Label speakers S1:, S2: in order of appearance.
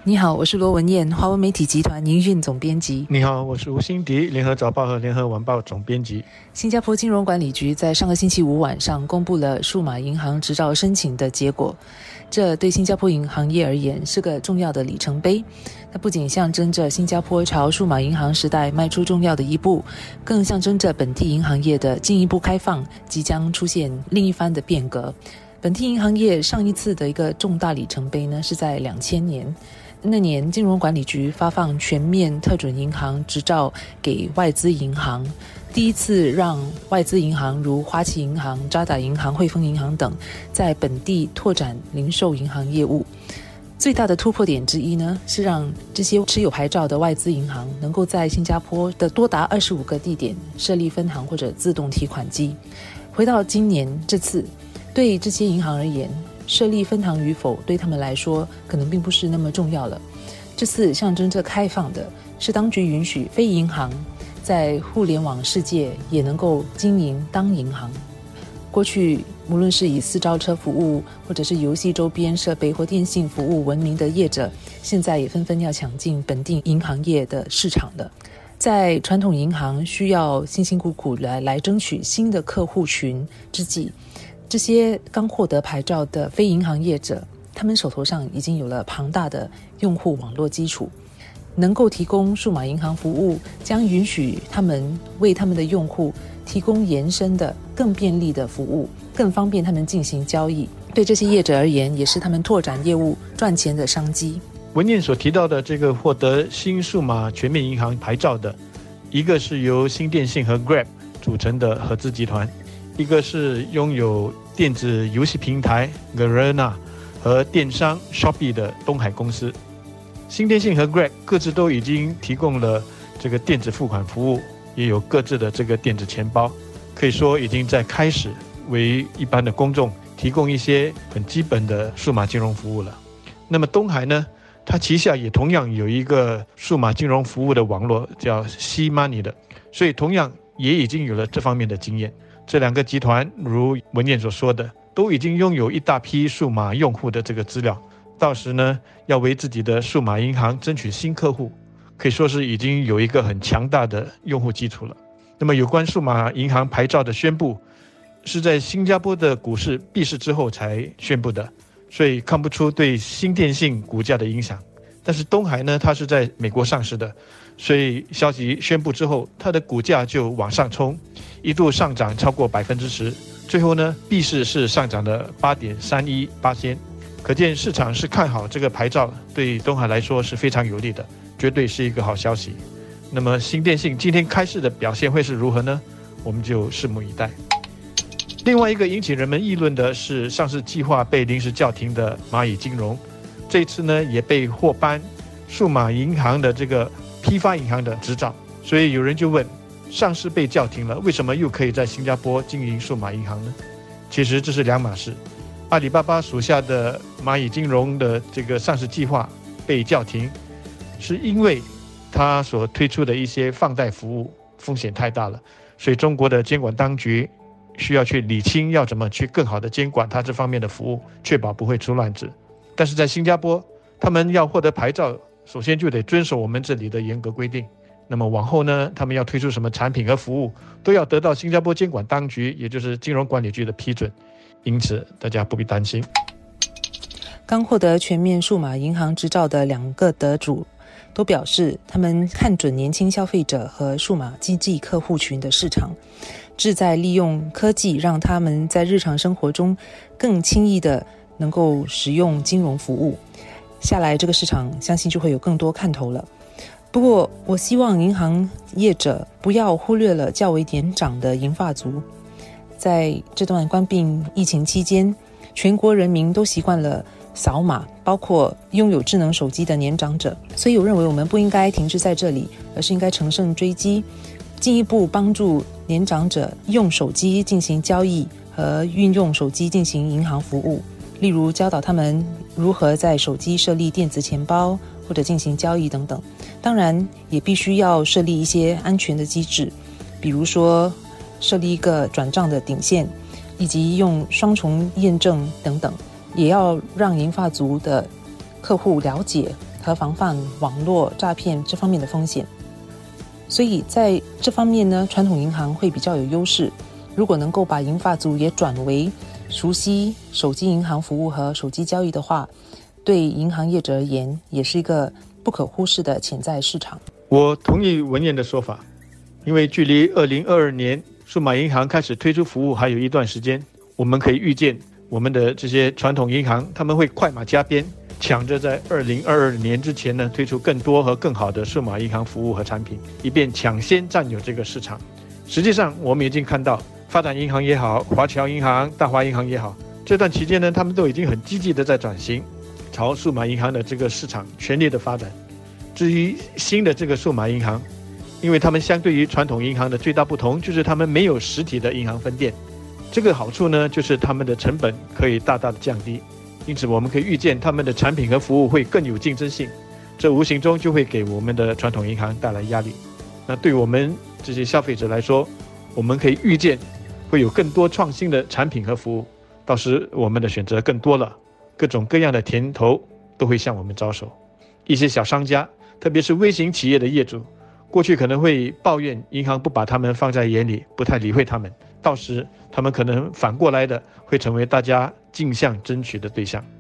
S1: 你好，我是罗文燕，华文媒体集团营运总编辑。
S2: 你好，我是吴欣迪，联合早报和联合晚报总编辑。
S1: 新加坡金融管理局在上个星期五晚上公布了数码银行执照申请的结果，这对新加坡银行业而言是个重要的里程碑。它不仅象征着新加坡朝数码银行时代迈出重要的一步，更象征着本地银行业的进一步开放即将出现另一番的变革。本地银行业上一次的一个重大里程碑呢，是在2000年。那年金融管理局发放全面特准银行执照给外资银行，第一次让外资银行如花旗银行、渣打银行、汇丰银行等在本地拓展零售银行业务。最大的突破点之一呢，是让这些持有牌照的外资银行能够在新加坡的多达25个地点设立分行或者自动提款机。回到今年这次，对这些银行而言，设立分行与否对他们来说可能并不是那么重要了。这次象征着开放的是当局允许非银行在互联网世界也能够经营当银行。过去无论是以私招车服务或者是游戏周边设备或电信服务闻名的业者，现在也纷纷要抢进本地银行业的市场的。在传统银行需要辛辛苦苦来争取新的客户群之际，这些刚获得牌照的非银行业者，他们手头上已经有了庞大的用户网络基础，能够提供数码银行服务，将允许他们为他们的用户提供延伸的更便利的服务，更方便他们进行交易。对这些业者而言，也是他们拓展业务赚钱的商机。
S2: 文燕所提到的这个获得新数码全面银行牌照的，一个是由新电信和 Grab 组成的合资集团，一个是拥有电子游戏平台 Garena 和电商 Shopee 的东海公司。新电信和 Grab 各自都已经提供了这个电子付款服务，也有各自的这个电子钱包，可以说已经在开始为一般的公众提供一些很基本的数码金融服务了。那么东海呢，它旗下也同样有一个数码金融服务的网络叫 C-Money 的，所以同样也已经有了这方面的经验。这两个集团如文燕所说的，都已经拥有一大批数码用户的这个资料，到时呢要为自己的数码银行争取新客户，可以说是已经有一个很强大的用户基础了。那么有关数码银行牌照的宣布是在新加坡的股市闭市之后才宣布的，所以看不出对新电信股价的影响。但是东海呢，它是在美国上市的，所以消息宣布之后，它的股价就往上冲，一度上涨超过10%，最后呢闭市是上涨了8.31%，可见市场是看好这个牌照，对东海来说是非常有利的，绝对是一个好消息。那么新电信今天开市的表现会是如何呢？我们就拭目以待。另外一个引起人们议论的是上市计划被临时叫停的蚂蚁金融，这次呢也被获颁数码银行的这个批发银行的执照，所以有人就问，上市被叫停了，为什么又可以在新加坡经营数码银行呢？其实这是两码事。阿里巴巴属下的蚂蚁金融的这个上市计划被叫停，是因为它所推出的一些放贷服务风险太大了，所以中国的监管当局需要去理清要怎么去更好的监管它这方面的服务，确保不会出乱子。但是在新加坡，他们要获得牌照，首先就得遵守我们这里的严格规定。那么往后呢，他们要推出什么产品和服务，都要得到新加坡监管当局，也就是金融管理局的批准。因此，大家不必担心。
S1: 刚获得全面数码银行执照的2个得主都表示，他们看准年轻消费者和数码经济客户群的市场，志在利用科技让他们在日常生活中更轻易的能够使用金融服务。下来这个市场相信就会有更多看头了。不过我希望银行业者不要忽略了较为年长的银发族。在这段冠病疫情期间，全国人民都习惯了扫码，包括拥有智能手机的年长者，所以我认为我们不应该停滞在这里，而是应该乘胜追击，进一步帮助年长者用手机进行交易和运用手机进行银行服务，例如教导他们如何在手机设立电子钱包或者进行交易等等。当然也必须要设立一些安全的机制，比如说设立一个转账的顶线，以及用双重验证等等，也要让银发族的客户了解和防范网络诈骗这方面的风险。所以在这方面呢，传统银行会比较有优势。如果能够把银发族也转为熟悉手机银行服务和手机交易的话，对银行业者而言也是一个不可忽视的潜在市场。
S2: 我同意文彦的说法，因为距离2022年数码银行开始推出服务还有一段时间，我们可以预见我们的这些传统银行他们会快马加鞭，抢着在2022年之前呢推出更多和更好的数码银行服务和产品，以便抢先占有这个市场。实际上我们已经看到发展银行也好，华侨银行、大华银行也好，这段期间呢他们都已经很积极的在转型，朝数码银行的这个市场全力的发展。至于新的这个数码银行，因为他们相对于传统银行的最大不同就是他们没有实体的银行分店，这个好处呢就是他们的成本可以大大的降低，因此我们可以预见他们的产品和服务会更有竞争性，这无形中就会给我们的传统银行带来压力。那对我们这些消费者来说，我们可以预见会有更多创新的产品和服务，到时我们的选择更多了，各种各样的甜头都会向我们招手。一些小商家，特别是微型企业的业主，过去可能会抱怨银行不把他们放在眼里，不太理会他们，到时他们可能反过来的会成为大家竞相争取的对象。